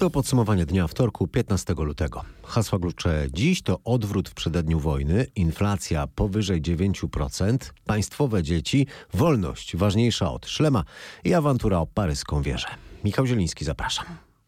To podsumowanie dnia wtorku 15 lutego. Hasła klucze dziś to odwrót w przededniu wojny, inflacja powyżej 9%, państwowe dzieci, wolność ważniejsza od szlema i awantura o paryską wieżę. Michał Zieliński, zapraszam.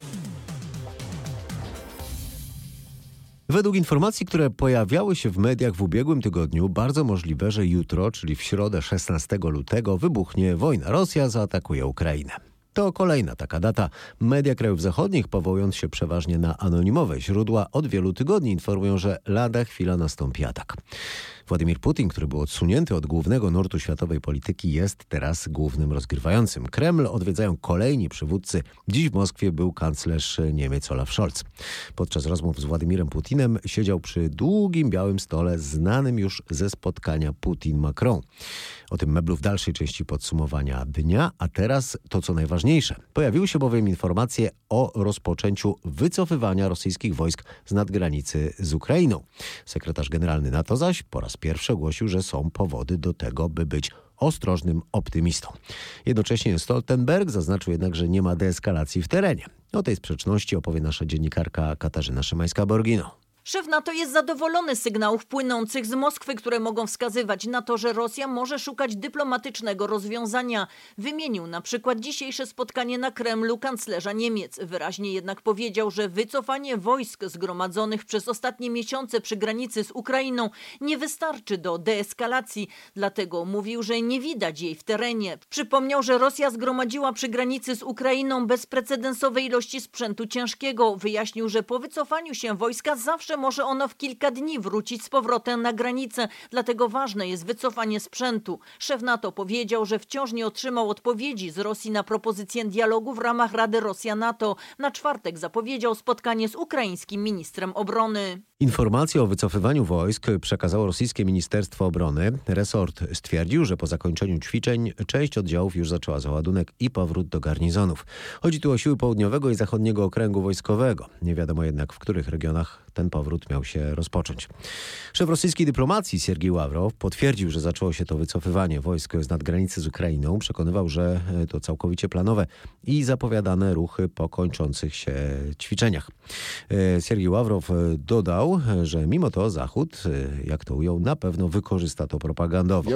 Według informacji, które pojawiały się w mediach w ubiegłym tygodniu, bardzo możliwe, że jutro, czyli w środę 16 lutego, wybuchnie wojna. Rosja zaatakuje Ukrainę. To kolejna taka data. Media krajów zachodnich, powołując się przeważnie na anonimowe źródła, od wielu tygodni informują, że lada chwila nastąpi atak. Władimir Putin, który był odsunięty od głównego nurtu światowej polityki, jest teraz głównym rozgrywającym. Kreml odwiedzają kolejni przywódcy. Dziś w Moskwie był kanclerz Niemiec Olaf Scholz. Podczas rozmów z Władimirem Putinem siedział przy długim białym stole znanym już ze spotkania Putin-Macron. O tym meblu w dalszej części podsumowania dnia, a teraz to co najważniejsze. Pojawiły się bowiem informacje o rozpoczęciu wycofywania rosyjskich wojsk z nadgranicy z Ukrainą. Sekretarz generalny NATO zaś po raz pierwszy ogłosił, że są powody do tego, by być ostrożnym optymistą. Jednocześnie Stoltenberg zaznaczył jednak, że nie ma deeskalacji w terenie. O tej sprzeczności opowie nasza dziennikarka Katarzyna Szymańska-Borgino. Szef NATO jest zadowolony z sygnałów płynących z Moskwy, które mogą wskazywać na to, że Rosja może szukać dyplomatycznego rozwiązania. Wymienił na przykład dzisiejsze spotkanie na Kremlu kanclerza Niemiec. Wyraźnie jednak powiedział, że wycofanie wojsk zgromadzonych przez ostatnie miesiące przy granicy z Ukrainą nie wystarczy do deeskalacji. Dlatego mówił, że nie widać jej w terenie. Przypomniał, że Rosja zgromadziła przy granicy z Ukrainą bezprecedensowe ilości sprzętu ciężkiego. Wyjaśnił, że po wycofaniu się wojska zawsze może ono w kilka dni wrócić z powrotem na granicę, dlatego ważne jest wycofanie sprzętu. Szef NATO powiedział, że wciąż nie otrzymał odpowiedzi z Rosji na propozycję dialogu w ramach Rady Rosja-NATO. Na czwartek zapowiedział spotkanie z ukraińskim ministrem obrony. Informacje o wycofywaniu wojsk przekazało rosyjskie Ministerstwo Obrony. Resort stwierdził, że po zakończeniu ćwiczeń część oddziałów już zaczęła załadunek i powrót do garnizonów. Chodzi tu o siły południowego i zachodniego okręgu wojskowego. Nie wiadomo jednak, w których regionach ten powrót miał się rozpocząć. Szef rosyjskiej dyplomacji Siergiej Ławrow potwierdził, że zaczęło się to wycofywanie wojsk z nadgranicy z Ukrainą. Przekonywał, że to całkowicie planowe i zapowiadane ruchy po kończących się ćwiczeniach. Siergiej Ławrow dodał, że mimo to Zachód, jak to ujął, na pewno wykorzysta to propagandowo.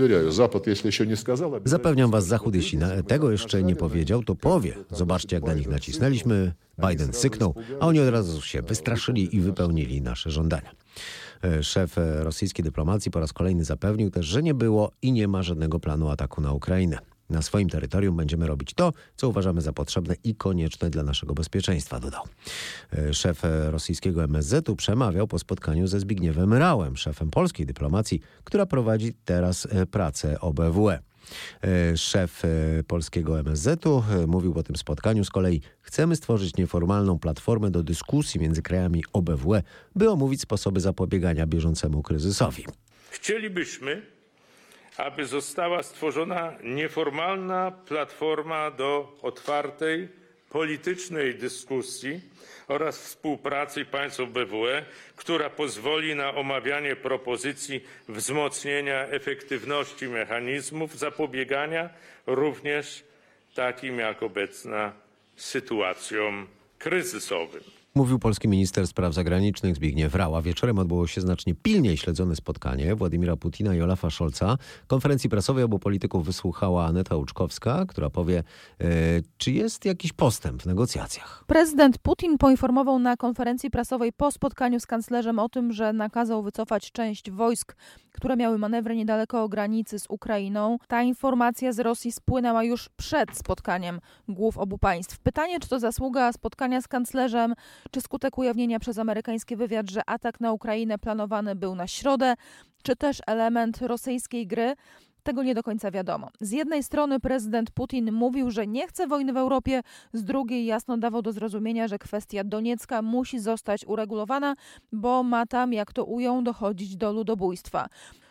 Zapewniam was, Zachód, jeśli tego jeszcze nie powiedział, to powie. Zobaczcie, jak na nich nacisnęliśmy. Biden syknął, a oni od razu się wystraszyli i wypełnili nasze żądania. Szef rosyjskiej dyplomacji po raz kolejny zapewnił też, że nie było i nie ma żadnego planu ataku na Ukrainę. Na swoim terytorium będziemy robić to, co uważamy za potrzebne i konieczne dla naszego bezpieczeństwa, dodał. Szef rosyjskiego MSZ-u przemawiał po spotkaniu ze Zbigniewem Rauem, szefem polskiej dyplomacji, która prowadzi teraz pracę OBWE. Szef polskiego MSZ-u mówił po tym spotkaniu z kolei: chcemy stworzyć nieformalną platformę do dyskusji między krajami OBWE, by omówić sposoby zapobiegania bieżącemu kryzysowi. Chcielibyśmy, aby została stworzona nieformalna platforma do otwartej, politycznej dyskusji oraz współpracy państw OBWE, która pozwoli na omawianie propozycji wzmocnienia efektywności mechanizmów zapobiegania również takim jak obecna sytuacjom kryzysowym. Mówił polski minister spraw zagranicznych Zbigniew Rau. Wieczorem odbyło się znacznie pilniej śledzone spotkanie Władimira Putina i Olafa Scholza. Konferencji prasowej obu polityków wysłuchała Aneta Łuczkowska, która powie, czy jest jakiś postęp w negocjacjach. Prezydent Putin poinformował na konferencji prasowej po spotkaniu z kanclerzem o tym, że nakazał wycofać część wojsk, które miały manewry niedaleko granicy z Ukrainą. Ta informacja z Rosji spłynęła już przed spotkaniem głów obu państw. Pytanie, czy to zasługa spotkania z kanclerzem, czy skutek ujawnienia przez amerykański wywiad, że atak na Ukrainę planowany był na środę, czy też element rosyjskiej gry? Tego nie do końca wiadomo. Z jednej strony prezydent Putin mówił, że nie chce wojny w Europie, z drugiej jasno dawał do zrozumienia, że kwestia Doniecka musi zostać uregulowana, bo ma tam, jak to ujął, dochodzić do ludobójstwa.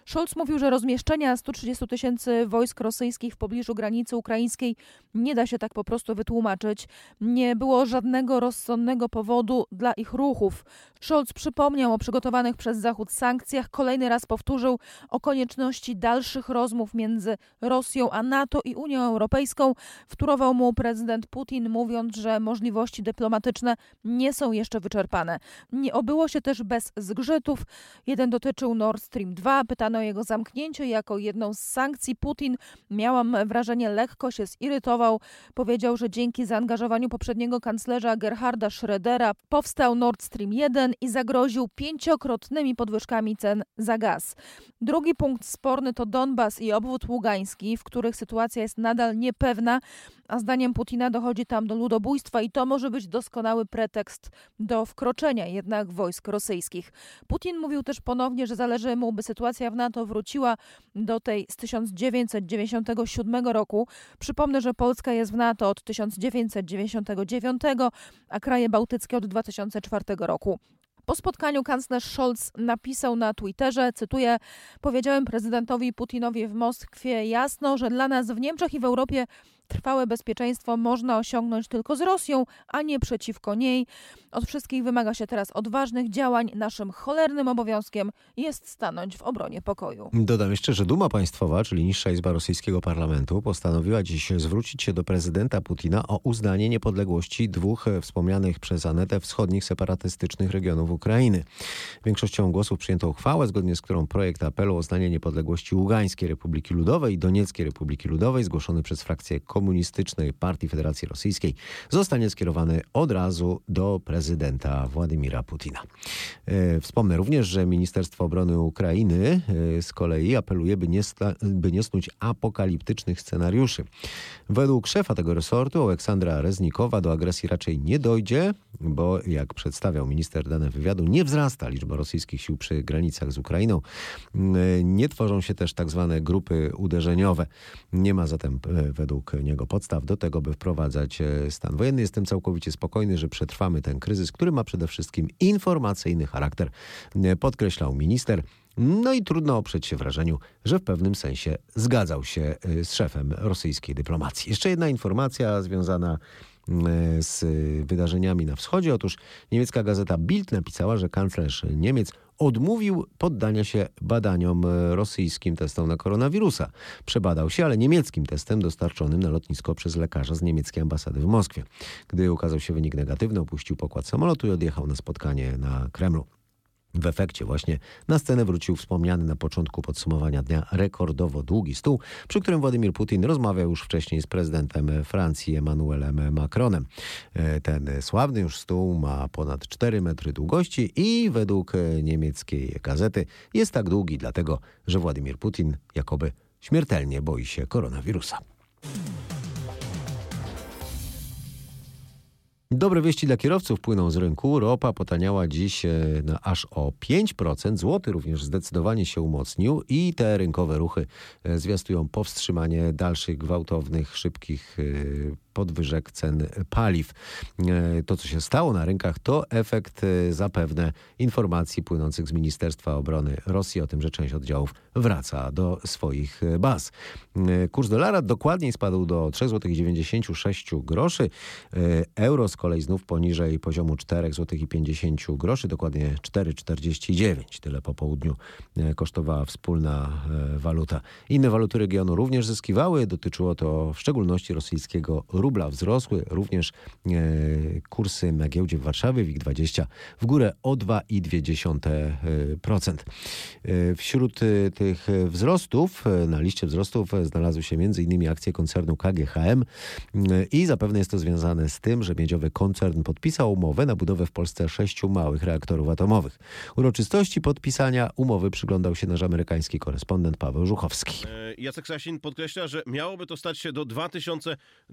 Scholz mówił, że rozmieszczenia 130 000 wojsk rosyjskich w pobliżu granicy ukraińskiej nie da się tak po prostu wytłumaczyć. Nie było żadnego rozsądnego powodu dla ich ruchów. Scholz przypomniał o przygotowanych przez Zachód sankcjach. Kolejny raz powtórzył o konieczności dalszych rozmów między Rosją a NATO i Unią Europejską. Wtórował mu prezydent Putin, mówiąc, że możliwości dyplomatyczne nie są jeszcze wyczerpane. Nie obyło się też bez zgrzytów. Jeden dotyczył Nord Stream 2. Pytano o jego zamknięcie jako jedną z sankcji. Putin, miałam wrażenie, lekko się zirytował. Powiedział, że dzięki zaangażowaniu poprzedniego kanclerza Gerharda Schrödera powstał Nord Stream 1 i zagroził 5-krotnymi podwyżkami cen za gaz. Drugi punkt sporny to Donbas i obwód ługański, w których sytuacja jest nadal niepewna, a zdaniem Putina dochodzi tam do ludobójstwa i to może być doskonały pretekst do wkroczenia jednak wojsk rosyjskich. Putin mówił też ponownie, że zależy mu, by sytuacja w NATO wróciła do tej z 1997 roku. Przypomnę, że Polska jest w NATO od 1999, a kraje bałtyckie od 2004 roku. Po spotkaniu kanclerz Scholz napisał na Twitterze, cytuję: powiedziałem prezydentowi Putinowi w Moskwie jasno, że dla nas w Niemczech i w Europie trwałe bezpieczeństwo można osiągnąć tylko z Rosją, a nie przeciwko niej. Od wszystkich wymaga się teraz odważnych działań. Naszym cholernym obowiązkiem jest stanąć w obronie pokoju. Dodam jeszcze, że Duma Państwowa, czyli niższa izba rosyjskiego parlamentu, postanowiła dziś zwrócić się do prezydenta Putina o uznanie niepodległości dwóch wspomnianych przez Anetę wschodnich separatystycznych regionów Ukrainy. Większością głosów przyjęto uchwałę, zgodnie z którą projekt apelu o uznanie niepodległości Ługańskiej Republiki Ludowej i Donieckiej Republiki Ludowej, zgłoszony przez frakcję Komunistycznej Partii Federacji Rosyjskiej, zostanie skierowany od razu do prezydenta Władimira Putina. Wspomnę również, że Ministerstwo Obrony Ukrainy z kolei apeluje, by nie snuć apokaliptycznych scenariuszy. Według szefa tego resortu, Aleksandra Reznikowa, do agresji raczej nie dojdzie, bo jak przedstawiał minister dane wywiadu, nie wzrasta liczba rosyjskich sił przy granicach z Ukrainą. Nie tworzą się też tak zwane grupy uderzeniowe. Nie ma zatem według niego podstaw do tego, by wprowadzać stan wojenny. Jestem całkowicie spokojny, że przetrwamy ten kryzys, który ma przede wszystkim informacyjny charakter, podkreślał minister. No i trudno oprzeć się wrażeniu, że w pewnym sensie zgadzał się z szefem rosyjskiej dyplomacji. Jeszcze jedna informacja związana z wydarzeniami na wschodzie. Otóż niemiecka gazeta Bild napisała, że kanclerz Niemiec odmówił poddania się badaniom rosyjskim testom na koronawirusa. Przebadał się, ale niemieckim testem dostarczonym na lotnisko przez lekarza z niemieckiej ambasady w Moskwie. Gdy ukazał się wynik negatywny, opuścił pokład samolotu i odjechał na spotkanie na Kremlu. W efekcie właśnie na scenę wrócił wspomniany na początku podsumowania dnia rekordowo długi stół, przy którym Władimir Putin rozmawiał już wcześniej z prezydentem Francji Emmanuelem Macronem. Ten sławny już stół ma ponad 4 metry długości i według niemieckiej gazety jest tak długi dlatego, że Władimir Putin jakoby śmiertelnie boi się koronawirusa. Dobre wieści dla kierowców płyną z rynku. Ropa potaniała dziś aż o 5%. Złoty również zdecydowanie się umocnił i te rynkowe ruchy zwiastują powstrzymanie dalszych gwałtownych, szybkich podwyżek cen paliw. To, co się stało na rynkach, to efekt zapewne informacji płynących z Ministerstwa Obrony Rosji o tym, że część oddziałów wraca do swoich baz. Kurs dolara dokładniej spadł do 3,96 zł. Euro z kolei znów poniżej poziomu 4,50 zł, dokładnie 4,49. Tyle po południu kosztowała wspólna waluta. Inne waluty regionu również zyskiwały. Dotyczyło to w szczególności rosyjskiego rubla. Wzrosły również kursy na giełdzie w Warszawie, WIG20 w górę o 2,2%. Wśród tych wzrostów, na liście wzrostów znalazły się m.in. akcje koncernu KGHM i zapewne jest to związane z tym, że miedziowy koncern podpisał umowę na budowę w Polsce 6 małych reaktorów atomowych. Uroczystości podpisania umowy przyglądał się nasz amerykański korespondent Paweł Żuchowski. Jacek Sasin podkreśla, że miałoby to stać się do 2020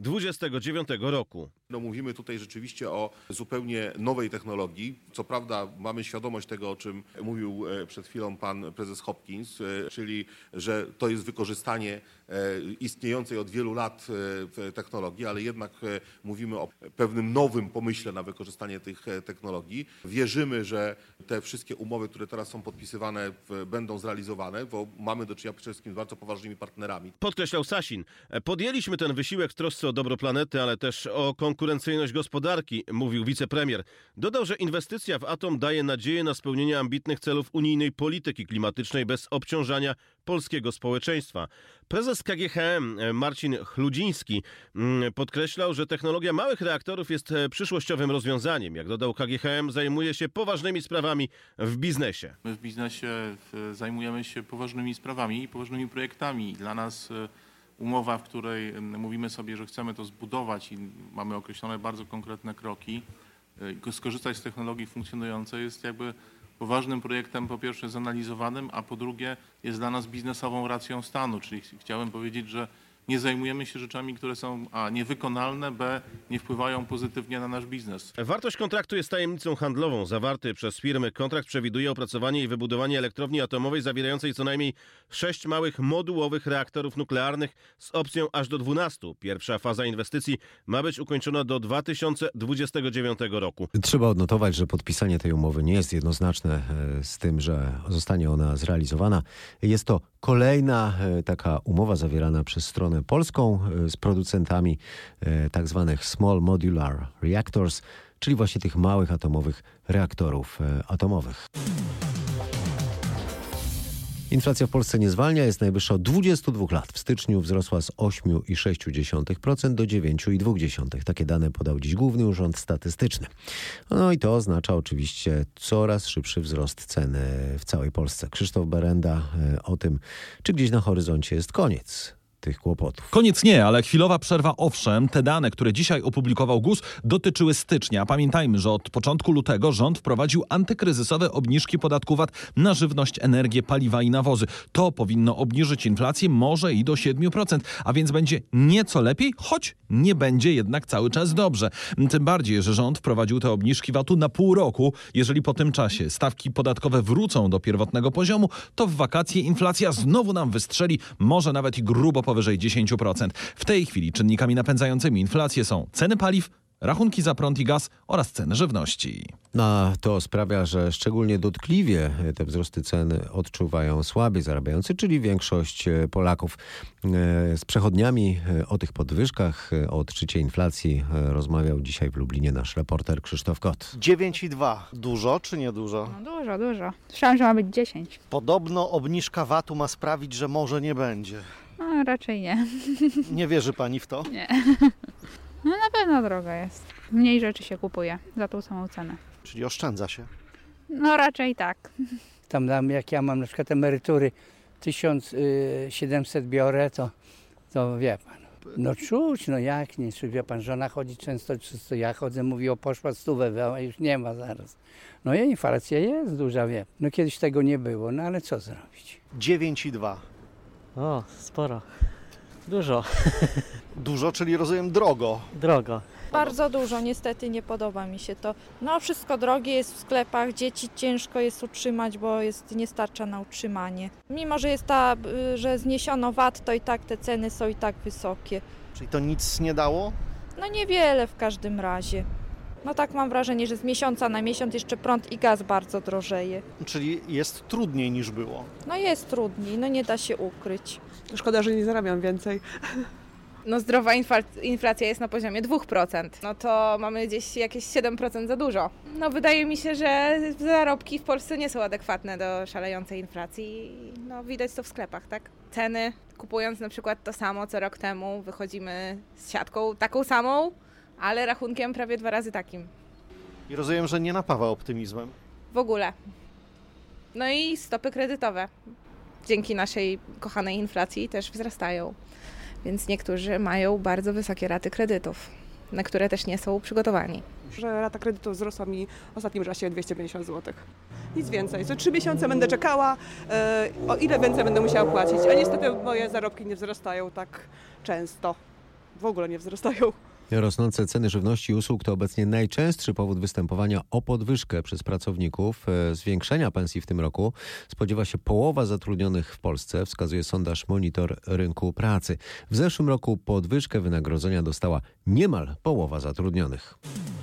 2029 roku. Mówimy tutaj rzeczywiście o zupełnie nowej technologii. Co prawda mamy świadomość tego, o czym mówił przed chwilą pan prezes Hopkins, czyli że to jest wykorzystanie istniejącej od wielu lat technologii, ale jednak mówimy o pewnym nowym pomyśle na wykorzystanie tych technologii. Wierzymy, że te wszystkie umowy, które teraz są podpisywane, będą zrealizowane, bo mamy do czynienia przede wszystkim z bardzo poważnymi partnerami. Podkreślał Sasin. Podjęliśmy ten wysiłek w trosce o dobro planety, ale też o konkurencyjność gospodarki, mówił wicepremier. Dodał, że inwestycja w atom daje nadzieję na spełnienie ambitnych celów unijnej polityki klimatycznej bez obciążania polskiego społeczeństwa. Prezes KGHM Marcin Chludziński podkreślał, że technologia małych reaktorów jest przyszłościowym rozwiązaniem. Jak dodał, KGHM zajmuje się poważnymi sprawami w biznesie. My w biznesie zajmujemy się poważnymi sprawami i poważnymi projektami. Dla nas umowa, w której mówimy sobie, że chcemy to zbudować i mamy określone bardzo konkretne kroki, skorzystać z technologii funkcjonującej, jest jakby poważnym projektem, po pierwsze zanalizowanym, a po drugie jest dla nas biznesową racją stanu, czyli chciałem powiedzieć, że nie zajmujemy się rzeczami, które są a. niewykonalne, b. nie wpływają pozytywnie na nasz biznes. Wartość kontraktu jest tajemnicą handlową. Zawarty przez firmy kontrakt przewiduje opracowanie i wybudowanie elektrowni atomowej zawierającej co najmniej 6 małych modułowych reaktorów nuklearnych z opcją aż do 12. Pierwsza faza inwestycji ma być ukończona do 2029 roku. Trzeba odnotować, że podpisanie tej umowy nie jest jednoznaczne z tym, że zostanie ona zrealizowana. Jest to kolejna taka umowa zawierana przez stronę polską z producentami tak zwanych Small Modular Reactors, czyli właśnie tych małych atomowych reaktorów atomowych. Inflacja w Polsce nie zwalnia, jest najwyższa od 22 lat. W styczniu wzrosła z 8,6% do 9,2%. Takie dane podał dziś Główny Urząd Statystyczny. No i to oznacza oczywiście coraz szybszy wzrost cen w całej Polsce. Krzysztof Berenda o tym, czy gdzieś na horyzoncie jest koniec tych kłopotów. Koniec nie, ale chwilowa przerwa owszem. Te dane, które dzisiaj opublikował GUS, dotyczyły stycznia. Pamiętajmy, że od początku lutego rząd wprowadził antykryzysowe obniżki podatku VAT na żywność, energię, paliwa i nawozy. To powinno obniżyć inflację może i do 7%, a więc będzie nieco lepiej, choć nie będzie jednak cały czas dobrze. Tym bardziej, że rząd wprowadził te obniżki VAT-u na pół roku. Jeżeli po tym czasie stawki podatkowe wrócą do pierwotnego poziomu, to w wakacje inflacja znowu nam wystrzeli, może nawet i grubo powyżej 10%. W tej chwili czynnikami napędzającymi inflację są ceny paliw, rachunki za prąd i gaz oraz ceny żywności. No, to sprawia, że szczególnie dotkliwie te wzrosty cen odczuwają słabiej zarabiający, czyli większość Polaków. Z przechodniami o tych podwyżkach, o odczycie inflacji rozmawiał dzisiaj w Lublinie nasz reporter Krzysztof Kot. 9,2. Dużo czy nie dużo? No dużo. Słyszałam, że ma być 10. Podobno obniżka VAT-u ma sprawić, że może nie będzie. No raczej nie. Nie wierzy pani w to? Nie. No na pewno droga jest. Mniej rzeczy się kupuje za tą samą cenę. Czyli oszczędza się? No raczej tak. Tam jak ja mam na przykład emerytury 1700 biorę, to wie pan. No czuć, no jak nie, wie pan, żona chodzi często, ja chodzę, mówi poszła 100, a już nie ma zaraz. No i inflacja jest duża, wie. No kiedyś tego nie było, no ale co zrobić? 9,2. O, sporo. Dużo. Dużo, czyli rozumiem drogo. Drogo. Bardzo dużo, niestety nie podoba mi się to. No wszystko drogie jest w sklepach, dzieci ciężko jest utrzymać, bo nie starcza na utrzymanie. Mimo, że że zniesiono VAT, to i tak te ceny są i tak wysokie. Czyli to nic nie dało? No niewiele w każdym razie. No tak mam wrażenie, że z miesiąca na miesiąc jeszcze prąd i gaz bardzo drożeje. Czyli jest trudniej niż było? No jest trudniej, no nie da się ukryć. Szkoda, że nie zarabiam więcej. No zdrowa inflacja jest na poziomie 2%. No to mamy gdzieś jakieś 7% za dużo. No wydaje mi się, że zarobki w Polsce nie są adekwatne do szalejącej inflacji. No widać to w sklepach, tak? Ceny, kupując na przykład to samo co rok temu, wychodzimy z siatką taką samą, ale rachunkiem prawie 2 razy takim. I rozumiem, że nie napawa optymizmem. W ogóle. No i stopy kredytowe dzięki naszej kochanej inflacji też wzrastają. Więc niektórzy mają bardzo wysokie raty kredytów, na które też nie są przygotowani. Że rata kredytu wzrosła mi w ostatnim czasie 250 zł. Nic więcej. Co 3 miesiące będę czekała, o ile więcej będę musiała płacić. A niestety moje zarobki nie wzrastają tak często. W ogóle nie wzrastają. Rosnące ceny żywności i usług to obecnie najczęstszy powód występowania o podwyżkę przez pracowników. Zwiększenia pensji w tym roku spodziewa się połowa zatrudnionych w Polsce, wskazuje sondaż Monitor Rynku Pracy. W zeszłym roku podwyżkę wynagrodzenia dostała niemal połowa zatrudnionych.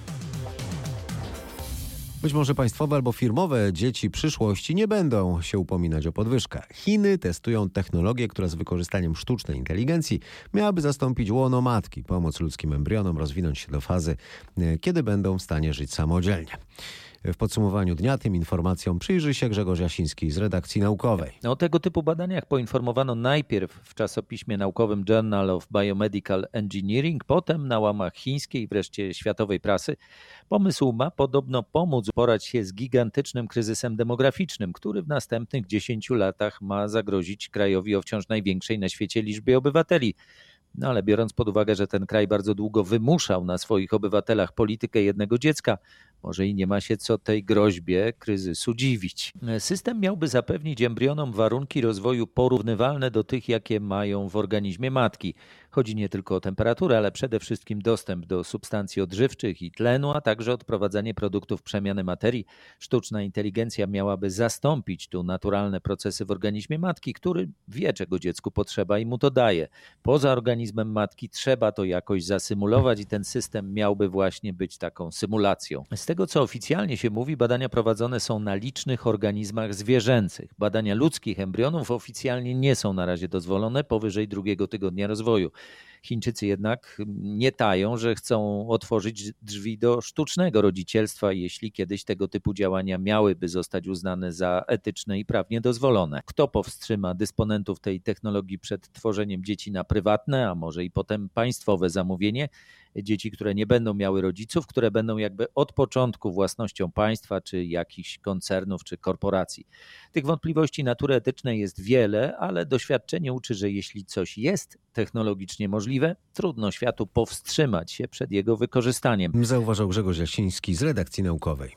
Być może państwowe albo firmowe dzieci przyszłości nie będą się upominać o podwyżkę. Chiny testują technologię, która z wykorzystaniem sztucznej inteligencji miałaby zastąpić łono matki, pomóc ludzkim embrionom rozwinąć się do fazy, kiedy będą w stanie żyć samodzielnie. W podsumowaniu dnia tym informacjom przyjrzy się Grzegorz Jasiński z redakcji naukowej. O tego typu badaniach poinformowano najpierw w czasopiśmie naukowym Journal of Biomedical Engineering, potem na łamach chińskiej, wreszcie światowej prasy. Pomysł ma podobno pomóc uporać się z gigantycznym kryzysem demograficznym, który w następnych 10 latach ma zagrozić krajowi o wciąż największej na świecie liczbie obywateli. No ale biorąc pod uwagę, że ten kraj bardzo długo wymuszał na swoich obywatelach politykę jednego dziecka, może i nie ma się co tej groźbie kryzysu dziwić. System miałby zapewnić embrionom warunki rozwoju porównywalne do tych, jakie mają w organizmie matki. Chodzi nie tylko o temperaturę, ale przede wszystkim dostęp do substancji odżywczych i tlenu, a także odprowadzanie produktów przemiany materii. Sztuczna inteligencja miałaby zastąpić tu naturalne procesy w organizmie matki, który wie, czego dziecku potrzeba i mu to daje. Poza organizmem matki trzeba to jakoś zasymulować i ten system miałby właśnie być taką symulacją. Z tego, co oficjalnie się mówi, badania prowadzone są na licznych organizmach zwierzęcych. Badania ludzkich embrionów oficjalnie nie są na razie dozwolone powyżej 2. tygodnia rozwoju. Chińczycy jednak nie tają, że chcą otworzyć drzwi do sztucznego rodzicielstwa, jeśli kiedyś tego typu działania miałyby zostać uznane za etyczne i prawnie dozwolone. Kto powstrzyma dysponentów tej technologii przed tworzeniem dzieci na prywatne, a może i potem państwowe zamówienie? Dzieci, które nie będą miały rodziców, które będą jakby od początku własnością państwa, czy jakichś koncernów, czy korporacji. Tych wątpliwości natury etycznej jest wiele, ale doświadczenie uczy, że jeśli coś jest technologicznie możliwe, trudno światu powstrzymać się przed jego wykorzystaniem. Zauważał Grzegorz Jasiński z redakcji naukowej.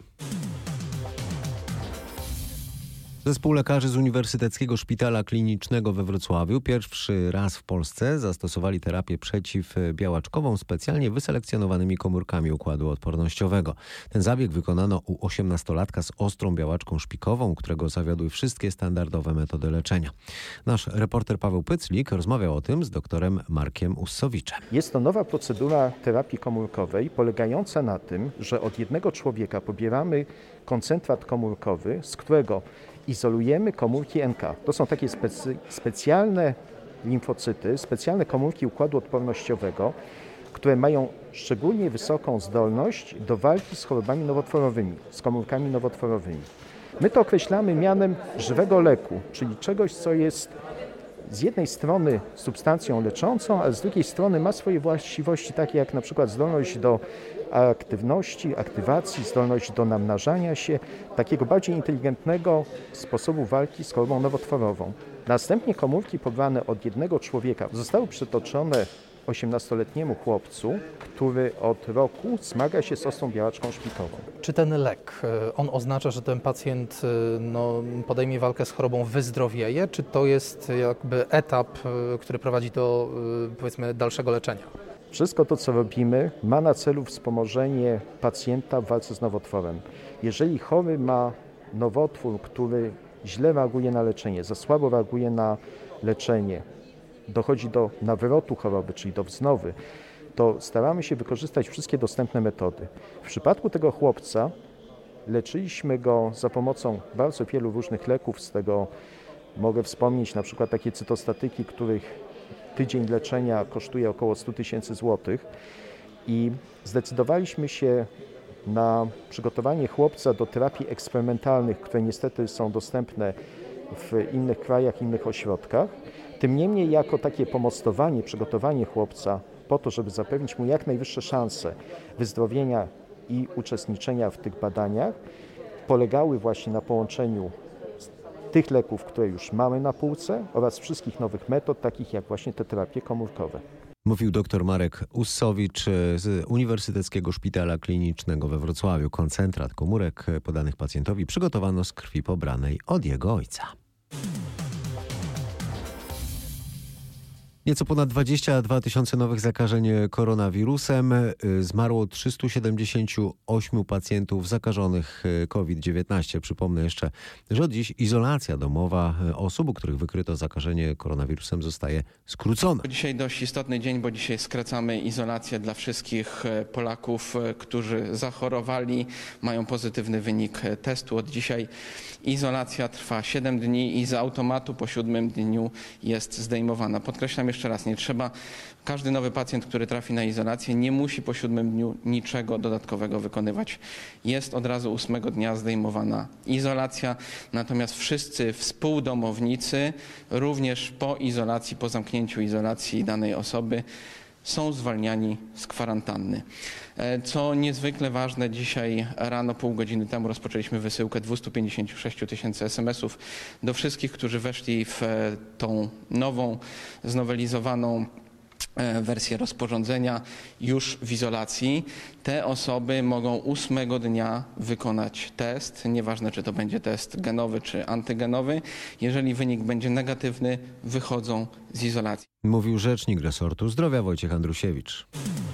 Zespół lekarzy z Uniwersyteckiego Szpitala Klinicznego we Wrocławiu pierwszy raz w Polsce zastosowali terapię przeciwbiałaczkową specjalnie wyselekcjonowanymi komórkami układu odpornościowego. Ten zabieg wykonano u 18-latka z ostrą białaczką szpikową, u którego zawiodły wszystkie standardowe metody leczenia. Nasz reporter Paweł Pyclik rozmawiał o tym z doktorem Markiem Ussowiczem. Jest to nowa procedura terapii komórkowej polegająca na tym, że od jednego człowieka pobieramy koncentrat komórkowy, z którego izolujemy komórki NK. To są takie specjalne limfocyty, specjalne komórki układu odpornościowego, które mają szczególnie wysoką zdolność do walki z chorobami nowotworowymi, z komórkami nowotworowymi. My to określamy mianem żywego leku, czyli czegoś, co jest z jednej strony substancją leczącą, ale z drugiej strony ma swoje właściwości takie jak na przykład zdolność do aktywności, aktywacji, zdolność do namnażania się, takiego bardziej inteligentnego sposobu walki z chorobą nowotworową. Następnie komórki pobrane od jednego człowieka zostały przetoczone 18-letniemu chłopcu, który od roku zmaga się z ostrą białaczką szpikową. Czy ten lek, on oznacza, że ten pacjent podejmie walkę z chorobą, wyzdrowieje, czy to jest jakby etap, który prowadzi do, powiedzmy, dalszego leczenia? Wszystko to, co robimy, ma na celu wspomożenie pacjenta w walce z nowotworem. Jeżeli chory ma nowotwór, który źle reaguje na leczenie, za słabo reaguje na leczenie, dochodzi do nawrotu choroby, czyli do wznowy, to staramy się wykorzystać wszystkie dostępne metody. W przypadku tego chłopca leczyliśmy go za pomocą bardzo wielu różnych leków, z tego mogę wspomnieć na przykład takie cytostatyki, których tydzień leczenia kosztuje około 100 000 złotych i zdecydowaliśmy się na przygotowanie chłopca do terapii eksperymentalnych, które niestety są dostępne w innych krajach, innych ośrodkach. Tym niemniej jako takie pomostowanie, przygotowanie chłopca po to, żeby zapewnić mu jak najwyższe szanse wyzdrowienia i uczestniczenia w tych badaniach, polegały właśnie na połączeniu tych leków, które już mamy na półce oraz wszystkich nowych metod, takich jak właśnie te terapie komórkowe. Mówił dr Marek Ussowicz z Uniwersyteckiego Szpitala Klinicznego we Wrocławiu. Koncentrat komórek podanych pacjentowi przygotowano z krwi pobranej od jego ojca. Nieco ponad 22 tysiące nowych zakażeń koronawirusem. Zmarło 378 pacjentów zakażonych COVID-19. Przypomnę jeszcze, że od dziś izolacja domowa osób, u których wykryto zakażenie koronawirusem, zostaje skrócona. Dzisiaj dość istotny dzień, bo dzisiaj skracamy izolację dla wszystkich Polaków, którzy zachorowali, mają pozytywny wynik testu. Od dzisiaj izolacja trwa 7 dni i z automatu po 7 dniu jest zdejmowana. Podkreślam jeszcze raz, nie trzeba, każdy nowy pacjent, który trafi na izolację, nie musi po 7 dniu niczego dodatkowego wykonywać. Jest od razu 8 dnia zdejmowana izolacja, natomiast wszyscy współdomownicy, również po izolacji, po zamknięciu izolacji danej osoby, są zwalniani z kwarantanny. Co niezwykle ważne, dzisiaj rano, pół godziny temu rozpoczęliśmy wysyłkę 256 tysięcy SMS-ów do wszystkich, którzy weszli w tą nową, znowelizowaną wersję rozporządzenia już w izolacji. Te osoby mogą 8 dnia wykonać test, nieważne czy to będzie test genowy czy antygenowy. Jeżeli wynik będzie negatywny, wychodzą z izolacji. Mówił rzecznik resortu zdrowia Wojciech Andrusiewicz.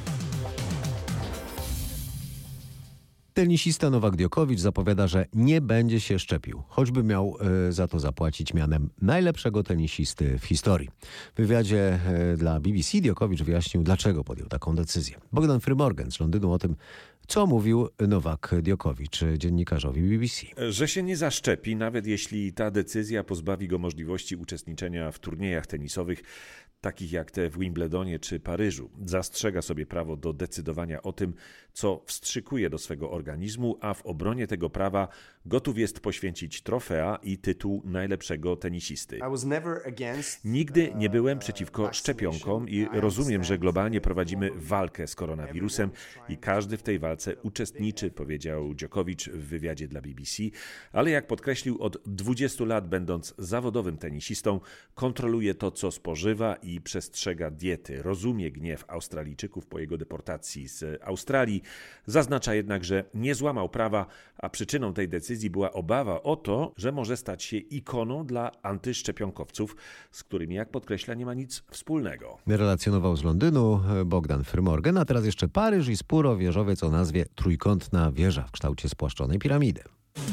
Tenisista Nowak Djokovic zapowiada, że nie będzie się szczepił, choćby miał za to zapłacić mianem najlepszego tenisisty w historii. W wywiadzie dla BBC Djokovic wyjaśnił, dlaczego podjął taką decyzję. Bogdan Frymorgan z Londynu o tym, co mówił Nowak Djokovic dziennikarzowi BBC. Że się nie zaszczepi, nawet jeśli ta decyzja pozbawi go możliwości uczestniczenia w turniejach tenisowych, takich jak te w Wimbledonie czy Paryżu. Zastrzega sobie prawo do decydowania o tym, co wstrzykuje do swego organizmu, a w obronie tego prawa gotów jest poświęcić trofea i tytuł najlepszego tenisisty. Nigdy nie byłem przeciwko szczepionkom i rozumiem, że globalnie prowadzimy walkę z koronawirusem i każdy w tej walce uczestniczy, powiedział Djokovic w wywiadzie dla BBC, ale jak podkreślił, od 20 lat będąc zawodowym tenisistą, kontroluje to, co spożywa i przestrzega diety. Rozumie gniew Australijczyków po jego deportacji z Australii. Zaznacza jednak, że nie złamał prawa, a przyczyną tej decyzji była obawa o to, że może stać się ikoną dla antyszczepionkowców, z którymi, jak podkreśla, nie ma nic wspólnego. Relacjonował z Londynu Bogdan Frymorgan, a teraz jeszcze Paryż i spóro wieżowiec o nazwie Trójkątna Wieża w kształcie spłaszczonej piramidy.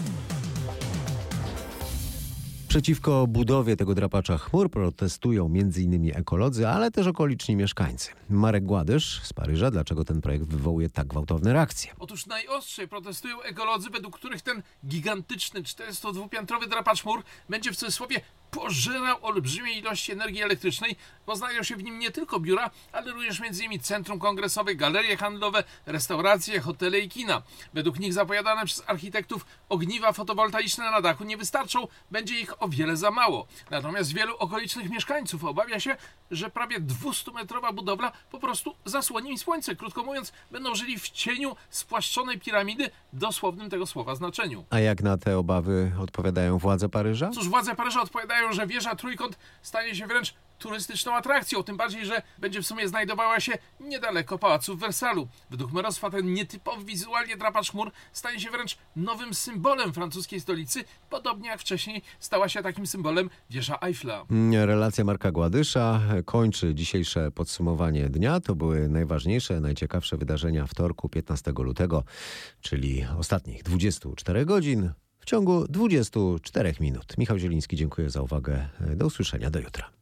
Przeciwko budowie tego drapacza chmur protestują m.in. ekolodzy, ale też okoliczni mieszkańcy. Marek Gładysz z Paryża. Dlaczego ten projekt wywołuje tak gwałtowne reakcje? Otóż najostrzej protestują ekolodzy, według których ten gigantyczny 42-piętrowy drapacz chmur będzie w cudzysłowie pożerał olbrzymie ilości energii elektrycznej, bo znajdą się w nim nie tylko biura, ale również m.in. centrum kongresowe, galerie handlowe, restauracje, hotele i kina. Według nich zapowiadane przez architektów ogniwa fotowoltaiczne na dachu nie wystarczą, będzie ich o wiele za mało. Natomiast wielu okolicznych mieszkańców obawia się, że prawie 200-metrowa budowla po prostu zasłoni im słońce. Krótko mówiąc, będą żyli w cieniu spłaszczonej piramidy w dosłownym tego słowa znaczeniu. A jak na te obawy odpowiadają władze Paryża? Cóż, władze Paryża odpowiadają, że wieża Trójkąt stanie się wręcz turystyczną atrakcją, tym bardziej, że będzie w sumie znajdowała się niedaleko Pałacu w Wersalu. Według merostwa ten nietypowy wizualnie drapacz chmur stanie się wręcz nowym symbolem francuskiej stolicy, podobnie jak wcześniej stała się takim symbolem wieża Eiffla. Relacja Marka Gładysza kończy dzisiejsze podsumowanie dnia. To były najważniejsze, najciekawsze wydarzenia wtorku 15 lutego, czyli ostatnich 24 godzin w ciągu 24 minut. Michał Zieliński, dziękuję za uwagę. Do usłyszenia, do jutra.